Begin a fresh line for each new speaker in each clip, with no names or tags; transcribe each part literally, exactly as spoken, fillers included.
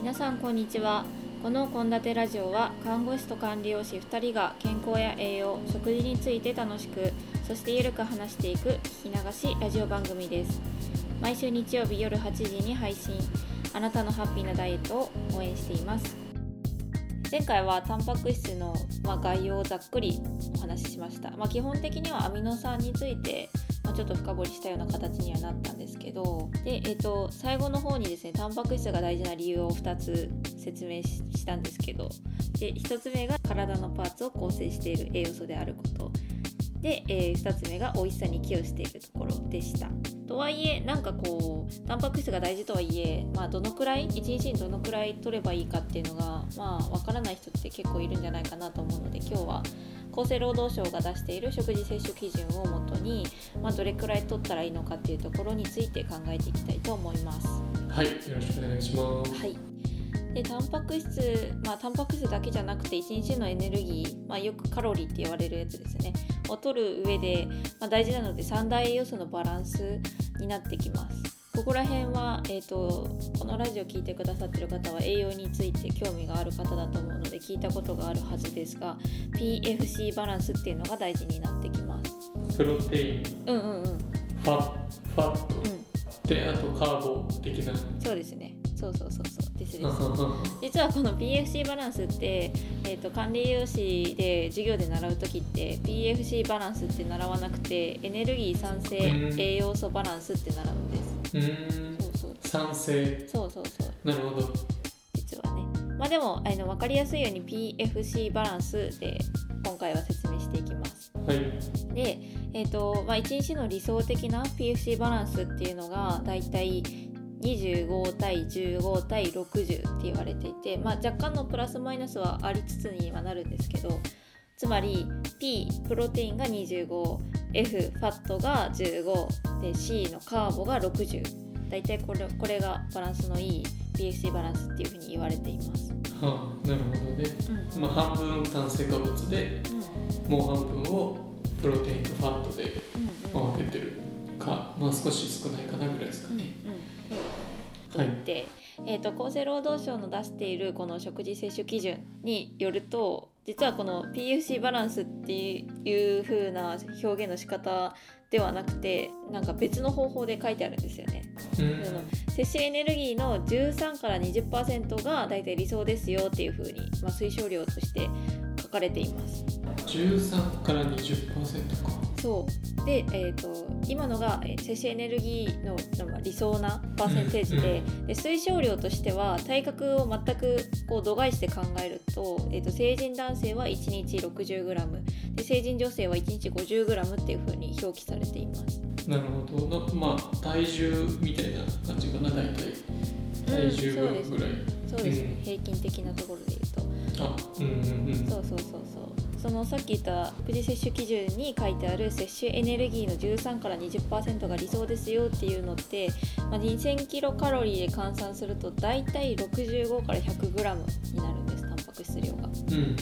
皆さんこんにちは。この献立ラジオは看護師と管理栄養士ふたりが健康や栄養、食事について楽しく、そしてゆるく話していく聞き流しラジオ番組です。毎週日曜日夜はちじに配信。あなたのハッピーなダイエットを応援しています。前回はタンパク質の、まあ、概要をざっくりお話ししました。まあ、基本的にはアミノ酸について、まあ、ちょっと深掘りしたような形にはなったんですけど、で、えーと、最後の方にですね、タンパク質が大事な理由をふたつ説明 し, したんですけど、でひとつめが体のパーツを構成している栄養素であることで、えー、ふたつめが美味しさに寄与しているところでした。とはいえ、なんかこうタンパク質が大事とはいえ、まあ、どのくらいいちにちにどのくらい取ればいいかっていうのが、まあ、わからない人って結構いるんじゃないかなと思うので、今日は厚生労働省が出している食事摂取基準をもとに、まあ、どれくらい取ったらいいのかっていうところについて考えていきたいと思います。
はい、よろしくお願いします。
はい。でタンパク質、まあ、タンパク質だけじゃなくていちにちのエネルギー、まあ、よくカロリーって言われるやつですねを取る上で、まあ、大事なので三大栄養素のバランスになってきます。ここら辺は、えーと、このラジオ聞いてくださってる方は栄養について興味がある方だと思うので聞いたことがあるはずですが、 ピーエフシー バランスっていうのが大事になってきます。
プロテイン、
うんうんうん、
ファ、ファット、うん、で、あとカーボ的な。
そうですね、そうそうそうそうですです実はこの ピーエフシー バランスって、えーと、管理栄養士で授業で習うときって ピーエフシー バランスって習わなくて、エネルギー酸性栄養素バランスって習うんです。
うーん、そうそう、酸性、
そうそうそう、
なるほど。
実はね、まあでもあの分かりやすいように ピーエフシー バランスで今回は説明していきます。
はい。
で、えーとまあ、いちにちの理想的な ピーエフシー バランスっていうのがだいたいにじゅうご対じゅうご対ろくじゅうって言われていて、まあ、若干のプラスマイナスはありつつにはなるんですけど、つまり P プロテインがにじゅうご、F ファットがじゅうごで C のカーボがろくじゅう、だいたいこれ、これがバランスのいい ピーエフシー バランスっていうふうに言われています。
はあ、なるほどね、うん、まあ、半分炭水化物で、うん、もう半分をプロテインとファットで分けてるか、まあ、少し少ないかなぐらいですかね。うんうん、
といって、はい、えーと、厚生労働省の出しているこの食事摂取基準によると、実はこの ピーエフシー バランスっていう風な表現の仕方ではなくて、なんか別の方法で書いてあるんですよね。うん、摂取エネルギーのじゅうさんから にじゅっパーセント がだいたい理想ですよっていう風に、まあ、推奨量として書かれています。
じゅうさんから にじゅっパーセント か。
そうで、えーと、今のが摂取エネルギー の, の理想なパーセンテージ で,、うんうん、で推奨量としては体格を全くこう度外視で考える と,、えーと成人男性はいちにち ろくじゅうグラム で成人女性はいちにち ごじゅうグラム っていう風に表記されています。
なるほど。まあ体重みたいな感じかな、大体体重分ぐらい、うん、
そうですね、うん、平均的なところで言うと、あ、うんうんうん、そうそうそうそう、そのさっき言った食事摂取基準に書いてある摂取エネルギーのじゅうさんから にじゅっパーセント が理想ですよっていうのって、まあ、にせんキロカロリーで換算するとだいたいろくじゅうごから ひゃくグラム になるんです、タンパク質量が。
うんうんうん、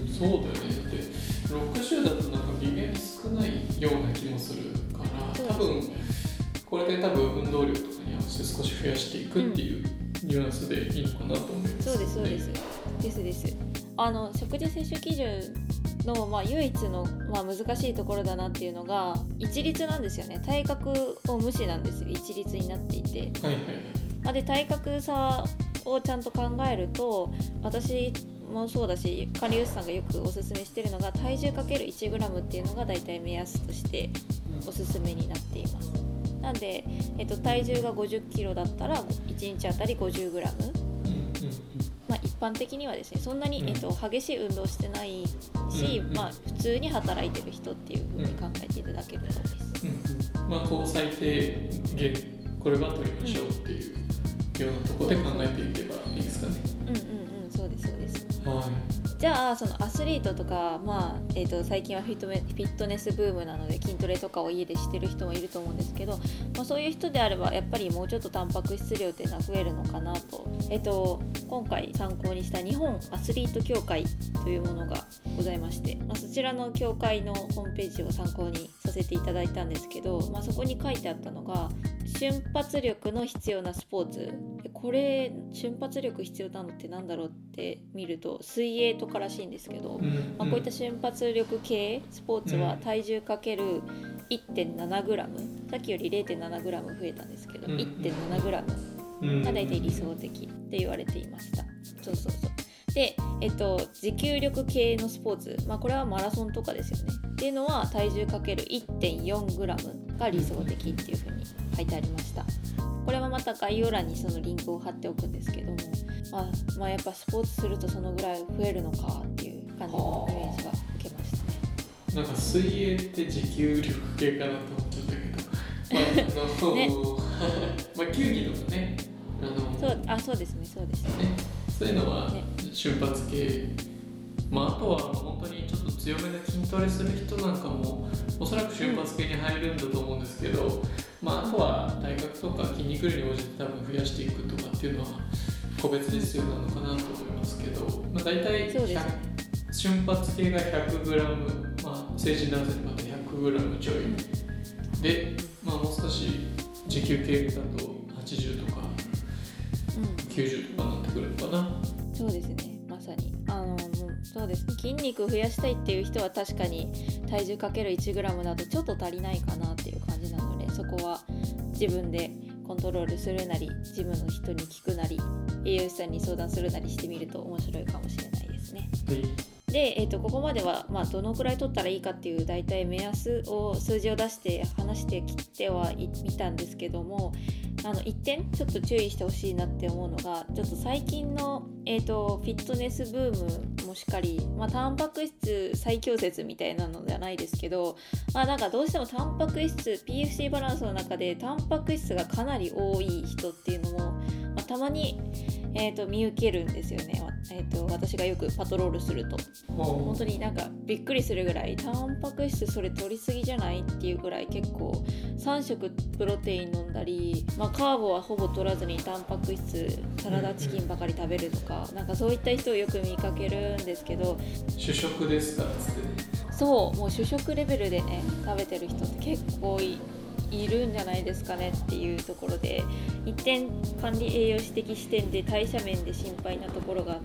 そうだよね。だってろくじゅうだとなんか微妙に少ないような気もするから、多分これで多分運動量とかに合わせて少し増やしていくっていうニュアンスでいいのかなと思います、ね、
そうですそうですですですあの食事摂取基準の、まあ、唯一の、まあ、難しいところだなっていうのが一律なんですよね。体格を無視なんですよ、一律になっていて、はいはいはい、で体格差をちゃんと考えると、私もそうだし管理栄養士さんがよくおすすめしているのが体重 ×いちグラム っていうのがだいたい目安としておすすめになっています。なんで、えっと、体重がごじゅっキロだったらいちにちあたり ごじゅうグラム、まあ、一般的にはですね、そんなに、えっと、激しい運動してないし、まあ、普通に働いてる人っていう風に考えていただけるとです、
うんうん、まあ、こう最低限これは取りましょうっていうようなところで考えていけばいいですかね。
うんうんうん、そうですそうです、
はい。
じゃあそのアスリートとか、まあえー、と最近はフィットメ、フィットネスブームなので筋トレとかを家でしてる人もいると思うんですけど、まあ、そういう人であればやっぱりもうちょっとタンパク質量っていうのは増えるのかなと、えー、と今回参考にした日本アスリート協会というものがございまして、まあ、そちらの協会のホームページを参考にさせていただいたんですけど、まあ、そこに書いてあったのが瞬発力の必要なスポーツ、 これ瞬発力必要なのってなんだろうって見ると水泳とからしいんですけど、
うんうん
まあ、こういった瞬発力系スポーツは体重かける いってんななグラム、さっきより れいてんななグラム 増えたんですけど、
うん
いってんななグラム がだいたい理想的って言われていました。そうそうそうで、えっと、持久力系のスポーツ、まあ、これはマラソンとかですよねっていうのは体重かける いってんよんグラム が理想的っていうふうに書いてありました。これはまた概要欄にそのリンクを貼っておくんですけども、まあ、まあやっぱスポーツするとそのぐらい増えるのかっていう感じのイメージが受けましたね。
なんか水泳って持久力系かなと思っちゃったけど、まああのねまあ球技とかね、あの
そうあそうですねそうですね。
そういうのは瞬発系、まあ、あとは本当にちょっと強めで筋トレする人なんかもおそらく瞬発系に入るんだと思うんですけど、まあ、あとは体格とか筋肉量に応じて多分増やしていくとかっていうのは個別で必要なのかなと思いますけど、まあ、大体瞬発系が ひゃくグラム、まあ、成人男性の方 ひゃくグラム ちょいで、まあ、もう少し持久系だとはちじゅうとかきゅうじゅうとかになってくるのかな。
そうですね、まさにあのもうそうですね、筋肉増やしたいっていう人は確かに体重かける いちグラム だとちょっと足りないかなっていう感じなので、そこは自分でコントロールするなりジムの人に聞くなり栄養士さんに相談するなりしてみると面白いかもしれないですね。で、えー、とここまでは、まあ、どのくらい取ったらいいかっていう大体目安を数字を出して話してきてはいみたんですけども、あの一点ちょっと注意してほしいなって思うのが、ちょっと最近の、えー、とフィットネスブームもしかり、まあ、タンパク質再強説みたいなのではないですけど、まあ、なんかどうしてもタンパク質 ピーエフシー バランスの中でタンパク質がかなり多い人っていうのも、まあ、たまにえー、と見受けるんですよね、えー、と私がよくパトロールすると本当になんかびっくりするぐらいタンパク質それ取りすぎじゃないっていうぐらい結構さん食プロテイン飲んだり、まあ、カーボはほぼ取らずにタンパク質サラダチキンばかり食べるとか、なんかそういった人をよく見かけるんですけど、
主食ですかっつってね。
そうもう主食レベルでね食べてる人って結構いいるんじゃないですかねっていうところで、一点管理栄養士的視点で代謝面で心配なところがあって、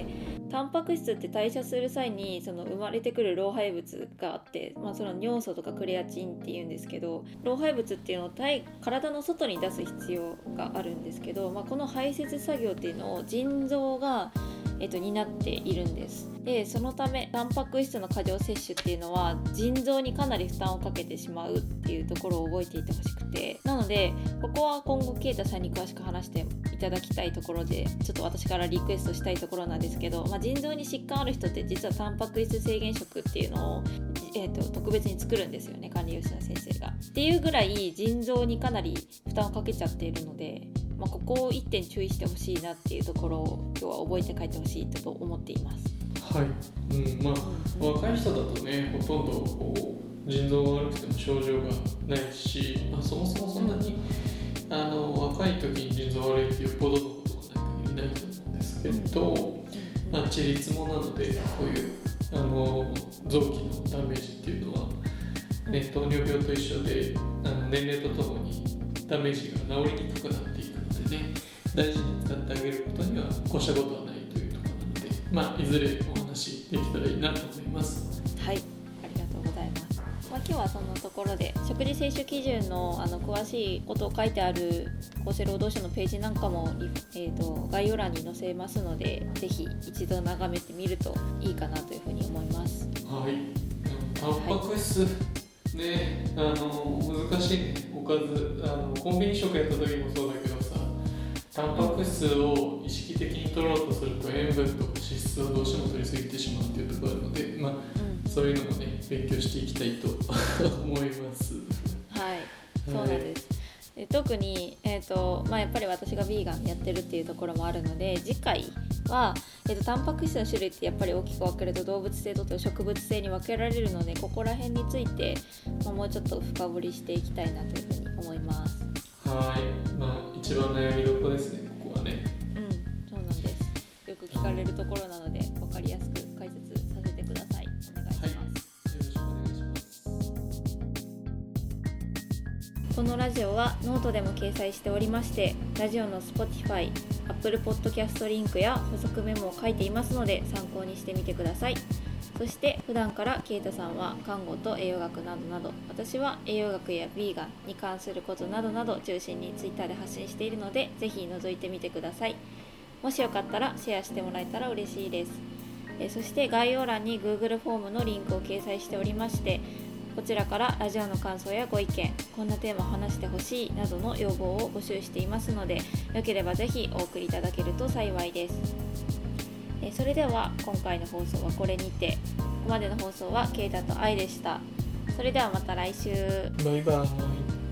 タンパク質って代謝する際にその生まれてくる老廃物があって、まあ、その尿素とかクレアチンっていうんですけど、老廃物っていうのを体体の外に出す必要があるんですけど、まあ、この排泄作業っていうのを腎臓がえっと、担っているんです。でそのためタンパク質の過剰摂取っていうのは腎臓にかなり負担をかけてしまうっていうところを覚えていてほしくて、なのでここは今後ケイタさんに詳しく話していただきたいところで、ちょっと私からリクエストしたいところなんですけど、まあ、腎臓に疾患ある人って実はタンパク質制限食っていうのを、えー、と特別に作るんですよね、管理栄養士の先生が。っていうぐらい腎臓にかなり負担をかけちゃっているので、まあ、ここを一点注意してほしいなっていうところを今日は覚えて帰ってほしいと思っています。
はい、うん、まあ、うん、若い人だとね、ほとんどこう腎臓が悪くても症状がないし、まあ、そもそもそんなに、うん、あの若い時に腎臓悪いってよっぽどのことがない限りないと思うんですけど、うんまあ、自立もなのでこういうあの臓器のダメージっていうのは、ね、糖尿病と一緒であの年齢とともにダメージが治りにくくなっていくのでね、大事に使ってあげることには越したことはないというところなので、まあ、いずれお話できたらいいなと思います。
はい、ありがとうございます。まあ、今日はそのところで食事摂取基準 の, あの詳しいことを書いてある厚生労働省のページなんかも、えー、と概要欄に載せますので、ぜひ一度眺めてみるといいかなというふうに思います。
はい、タンパク質、はいね、あの難しいね、おかずあのコンビニ食やった時もそうだけどさ、タンパク質を意識的に取ろうとすると塩分とか脂質をどうしても取りすぎてしまうっていうところなので、まあうん、そういうのもね勉強していきたいと思います。
はい、そうなんです。で特に、えーとまあ、やっぱり私がヴィーガンやってるっていうところもあるので、次回は、えーと、タンパク質の種類ってやっぱり大きく分けると動物性と植物性に分けられるので、ここら辺について、まあ、もうちょっと深掘りしていきたいなというふうに思います。
はい、まあ一番悩みどころですね、ここはね。
うん、そうなんです。よく聞かれるところなので分かりやすく解説させてください。お願いします。
はい、よろしくお願いします。
このラジオはノートでも掲載しておりまして、ラジオの Spotify、Apple Podcast リンクや補足メモを書いていますので参考にしてみてください。そして普段からケイタさんは看護と栄養学などなど、私は栄養学やビーガンに関することなどなど中心に Twitter で発信しているので、ぜひ覗いてみてください。もしよかったらシェアしてもらえたら嬉しいです。えそして概要欄に Google フォームのリンクを掲載しておりまして、こちらからラジオの感想やご意見、こんなテーマを話してほしいなどの要望を募集していますので、よければぜひお送りいただけると幸いです。えそれでは今回の放送はこれにて。ここまでの放送はケイタとアイでした。それではまた来週。
バイバイ。